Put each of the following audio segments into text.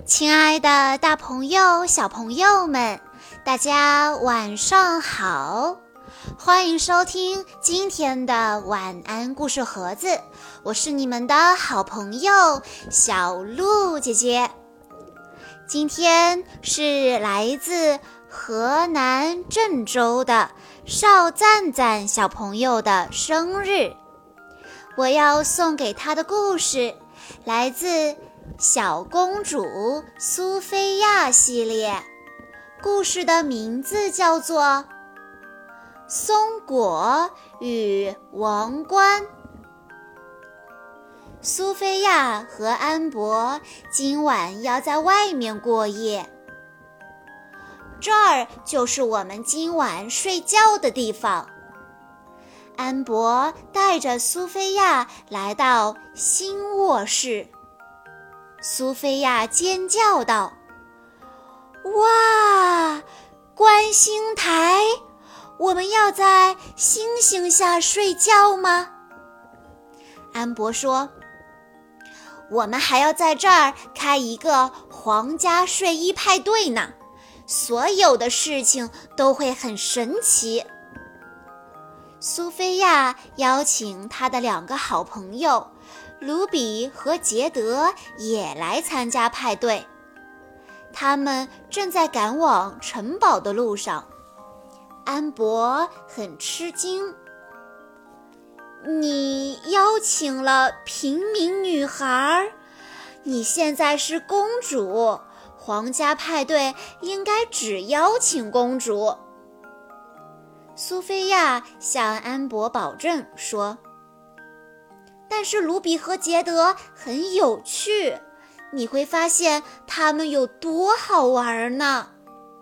亲爱的大朋友、小朋友们，大家晚上好！欢迎收听今天的晚安故事盒子，我是你们的好朋友小鹿姐姐。今天是来自河南郑州的邵赞赞小朋友的生日，我要送给他的故事来自小公主苏菲亚系列，故事的名字叫做《松果与王冠》。苏菲亚和安博今晚要在外面过夜，这儿就是我们今晚睡觉的地方。安博带着苏菲亚来到新卧室，苏菲亚尖叫道：哇，观星台！我们要在星星下睡觉吗？安博说：我们还要在这儿开一个皇家睡衣派对呢，所有的事情都会很神奇。苏菲亚邀请她的2个好朋友卢比和杰德也来参加派对，他们正在赶往城堡的路上。安博很吃惊：你邀请了平民女孩，你现在是公主，皇家派对应该只邀请公主。苏菲亚向安博保证说：但是卢比和杰德很有趣，你会发现他们有多好玩呢。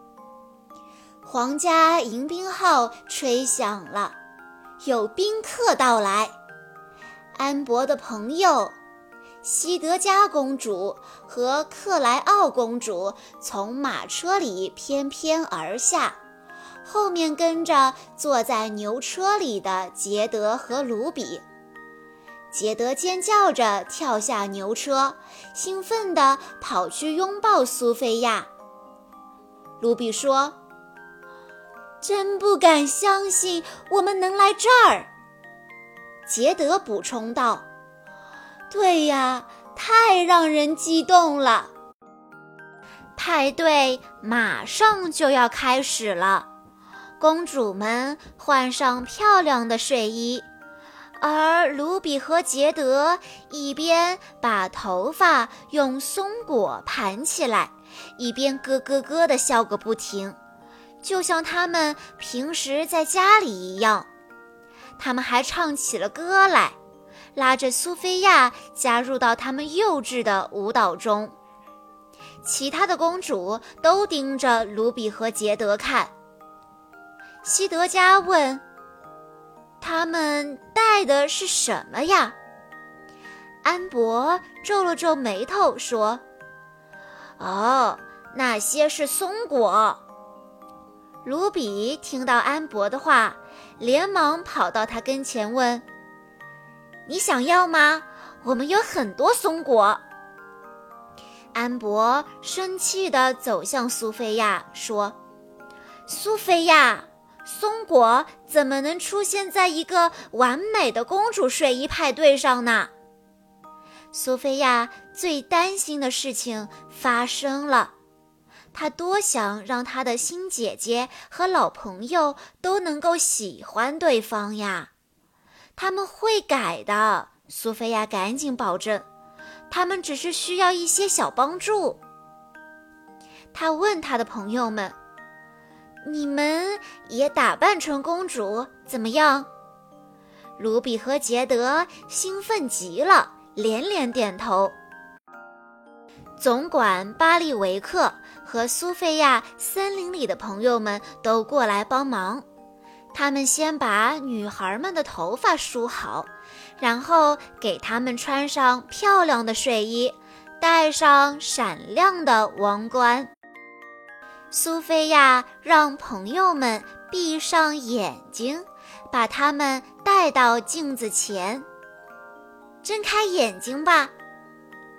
皇家迎宾号吹响了，有宾客到来。安博的朋友西德加公主和克莱奥公主从马车里翩翩而下，后面跟着坐在牛车里的杰德和卢比。杰德尖叫着跳下牛车，兴奋地跑去拥抱苏菲亚。卢比说：真不敢相信我们能来这儿。杰德补充道：对呀，太让人激动了。派对马上就要开始了，公主们换上漂亮的睡衣，而卢比和杰德一边把头发用松果盘起来，一边咯咯咯地笑个不停，就像他们平时在家里一样。他们还唱起了歌来，拉着苏菲亚加入到他们幼稚的舞蹈中。其他的公主都盯着卢比和杰德看。西德加问：他们带的是什么呀？安博皱了皱眉头说：哦，那些是松果。卢比听到安博的话，连忙跑到他跟前问：你想要吗？我们有很多松果。安博生气地走向苏菲亚说：苏菲亚，松果怎么能出现在一个完美的公主睡衣派对上呢？苏菲亚最担心的事情发生了，她多想让她的新姐姐和老朋友都能够喜欢对方呀。他们会改的，苏菲亚赶紧保证，他们只是需要一些小帮助。她问她的朋友们：你们也打扮成公主怎么样？卢比和杰德兴奋极了，连连点头。总管巴利维克和苏菲亚森林里的朋友们都过来帮忙，他们先把女孩们的头发梳好，然后给她们穿上漂亮的睡衣，戴上闪亮的王冠。苏菲亚让朋友们闭上眼睛，把他们带到镜子前。睁开眼睛吧。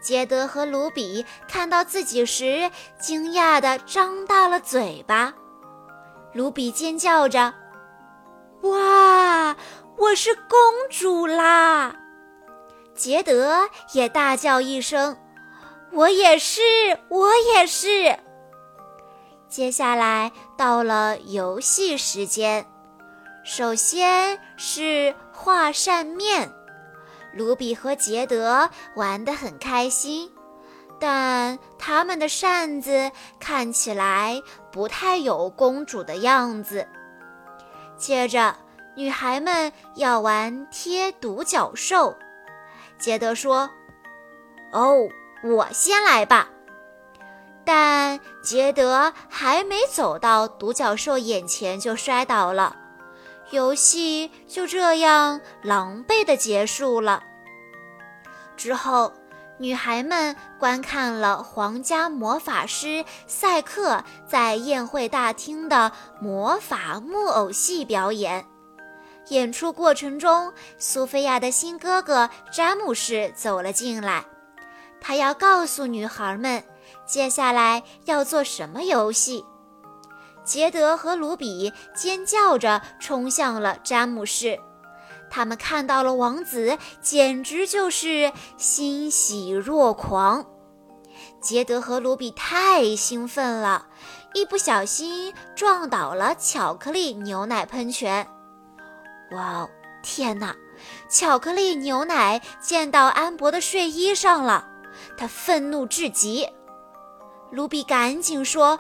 杰德和卢比看到自己时，惊讶地张大了嘴巴。卢比尖叫着：“哇，我是公主啦！”杰德也大叫一声：“我也是，我也是！”接下来到了游戏时间，首先是画扇面。卢比和杰德玩得很开心，但他们的扇子看起来不太有公主的样子。接着，女孩们要玩贴独角兽。杰德说：“哦，我先来吧。”但杰德还没走到独角兽眼前就摔倒了。游戏就这样狼狈地结束了。之后，女孩们观看了皇家魔法师赛克在宴会大厅的魔法木偶戏表演。演出过程中，苏菲亚的新哥哥詹姆士走了进来，他要告诉女孩们接下来要做什么游戏。杰德和卢比尖叫着冲向了詹姆士，他们看到了王子，简直就是欣喜若狂。杰德和卢比太兴奋了，一不小心撞倒了巧克力牛奶喷泉。哇，天哪！巧克力牛奶溅到安博的睡衣上了，他愤怒至极。卢比赶紧说：“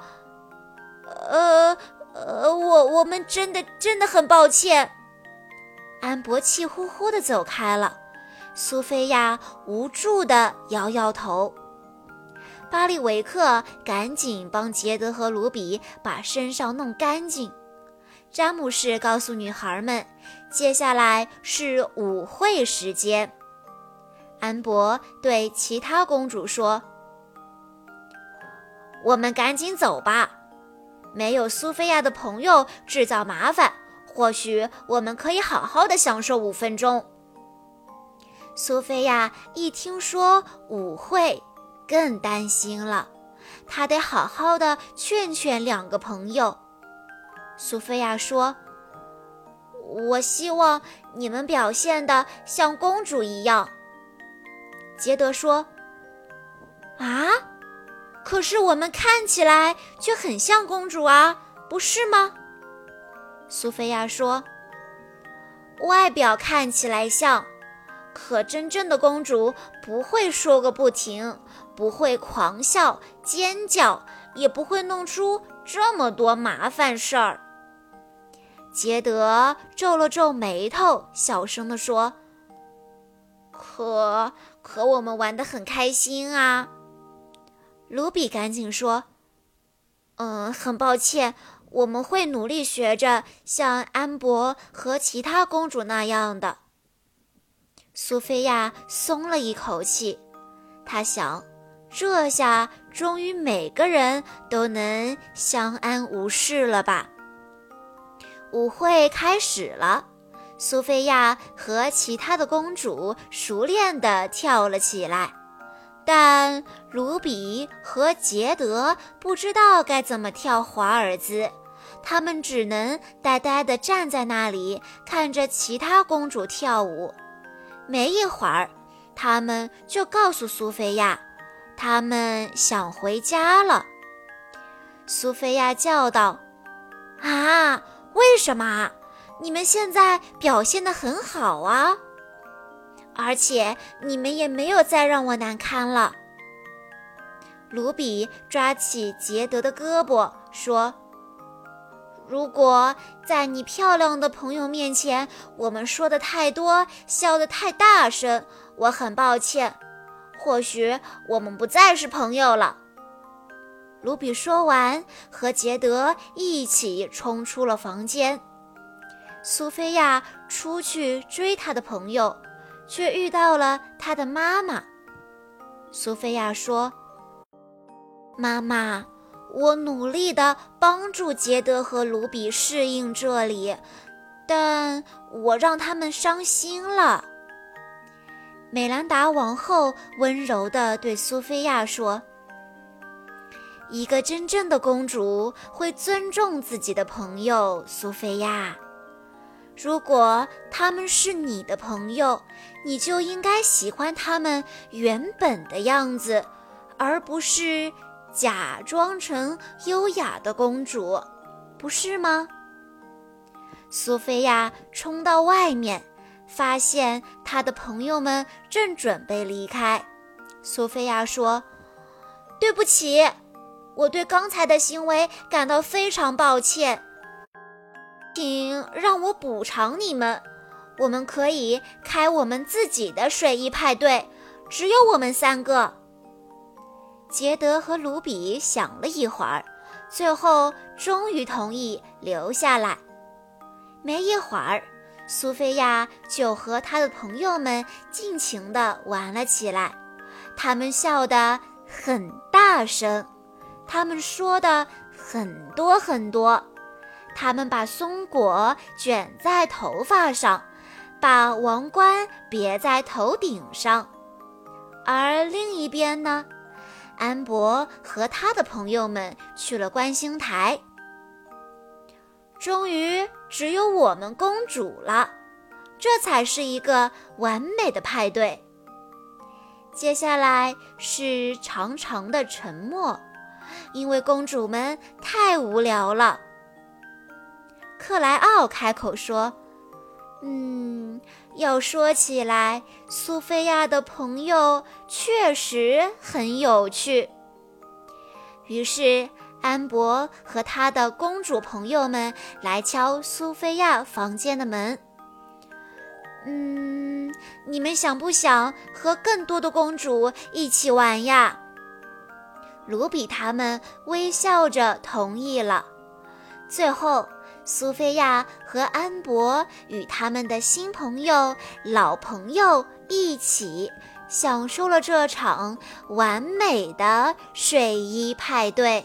我们真的很抱歉。”安博气呼呼地走开了，苏菲亚无助地摇摇头。巴利维克赶紧帮杰德和卢比把身上弄干净。詹姆士告诉女孩们，接下来是舞会时间。安博对其他公主说：“我们赶紧走吧，没有苏菲亚的朋友制造麻烦，或许我们可以好好的享受5分钟。”苏菲亚一听说舞会，更担心了，她得好好的劝劝2个朋友。苏菲亚说：“我希望你们表现得像公主一样。”杰德说：“啊？可是我们看起来却很像公主啊，不是吗？”苏菲亚说：“外表看起来像，可真正的公主不会说个不停，不会狂笑、尖叫，也不会弄出这么多麻烦事儿。”杰德皱了皱眉头，小声地说：“可我们玩得很开心啊。”卢比赶紧说：“很抱歉，我们会努力学着像安博和其他公主那样的。”苏菲亚松了一口气，她想，这下终于每个人都能相安无事了吧。舞会开始了，苏菲亚和其他的公主熟练地跳了起来，但卢比和杰德不知道该怎么跳华尔兹，他们只能呆呆地站在那里，看着其他公主跳舞。没一会儿，他们就告诉苏菲亚，他们想回家了。苏菲亚叫道：“啊，为什么？你们现在表现得很好啊，而且你们也没有再让我难堪了。”卢比抓起杰德的胳膊说：“如果在你漂亮的朋友面前，我们说的太多，笑得太大声，我很抱歉。或许我们不再是朋友了。”卢比说完，和杰德一起冲出了房间。苏菲亚出去追她的朋友，却遇到了她的妈妈。苏菲亚说：“妈妈，我努力地帮助杰德和卢比适应这里，但我让他们伤心了。” 美兰达王后温柔地对苏菲亚说：“一个真正的公主会尊重自己的朋友，苏菲亚。如果他们是你的朋友，你就应该喜欢他们原本的样子，而不是假装成优雅的公主，不是吗？”苏菲亚冲到外面，发现她的朋友们正准备离开。苏菲亚说：“对不起，我对刚才的行为感到非常抱歉，请让我补偿你们。我们可以开我们自己的睡衣派对，只有我们3个。”杰德和卢比想了一会儿，最后终于同意留下来。没一会儿，苏菲亚就和她的朋友们尽情地玩了起来。他们笑得很大声，他们说的很多很多。他们把松果卷在头发上，把王冠别在头顶上。而另一边呢，安博和他的朋友们去了观星台。终于只有我们公主了，这才是一个完美的派对。接下来是长长的沉默，因为公主们太无聊了。克莱奥开口说：“要说起来，苏菲亚的朋友确实很有趣。”于是安博和他的公主朋友们来敲苏菲亚房间的门。你们想不想和更多的公主一起玩呀？卢比他们微笑着同意了。最后，苏菲亚和安博与他们的新朋友、老朋友一起享受了这场完美的睡衣派对。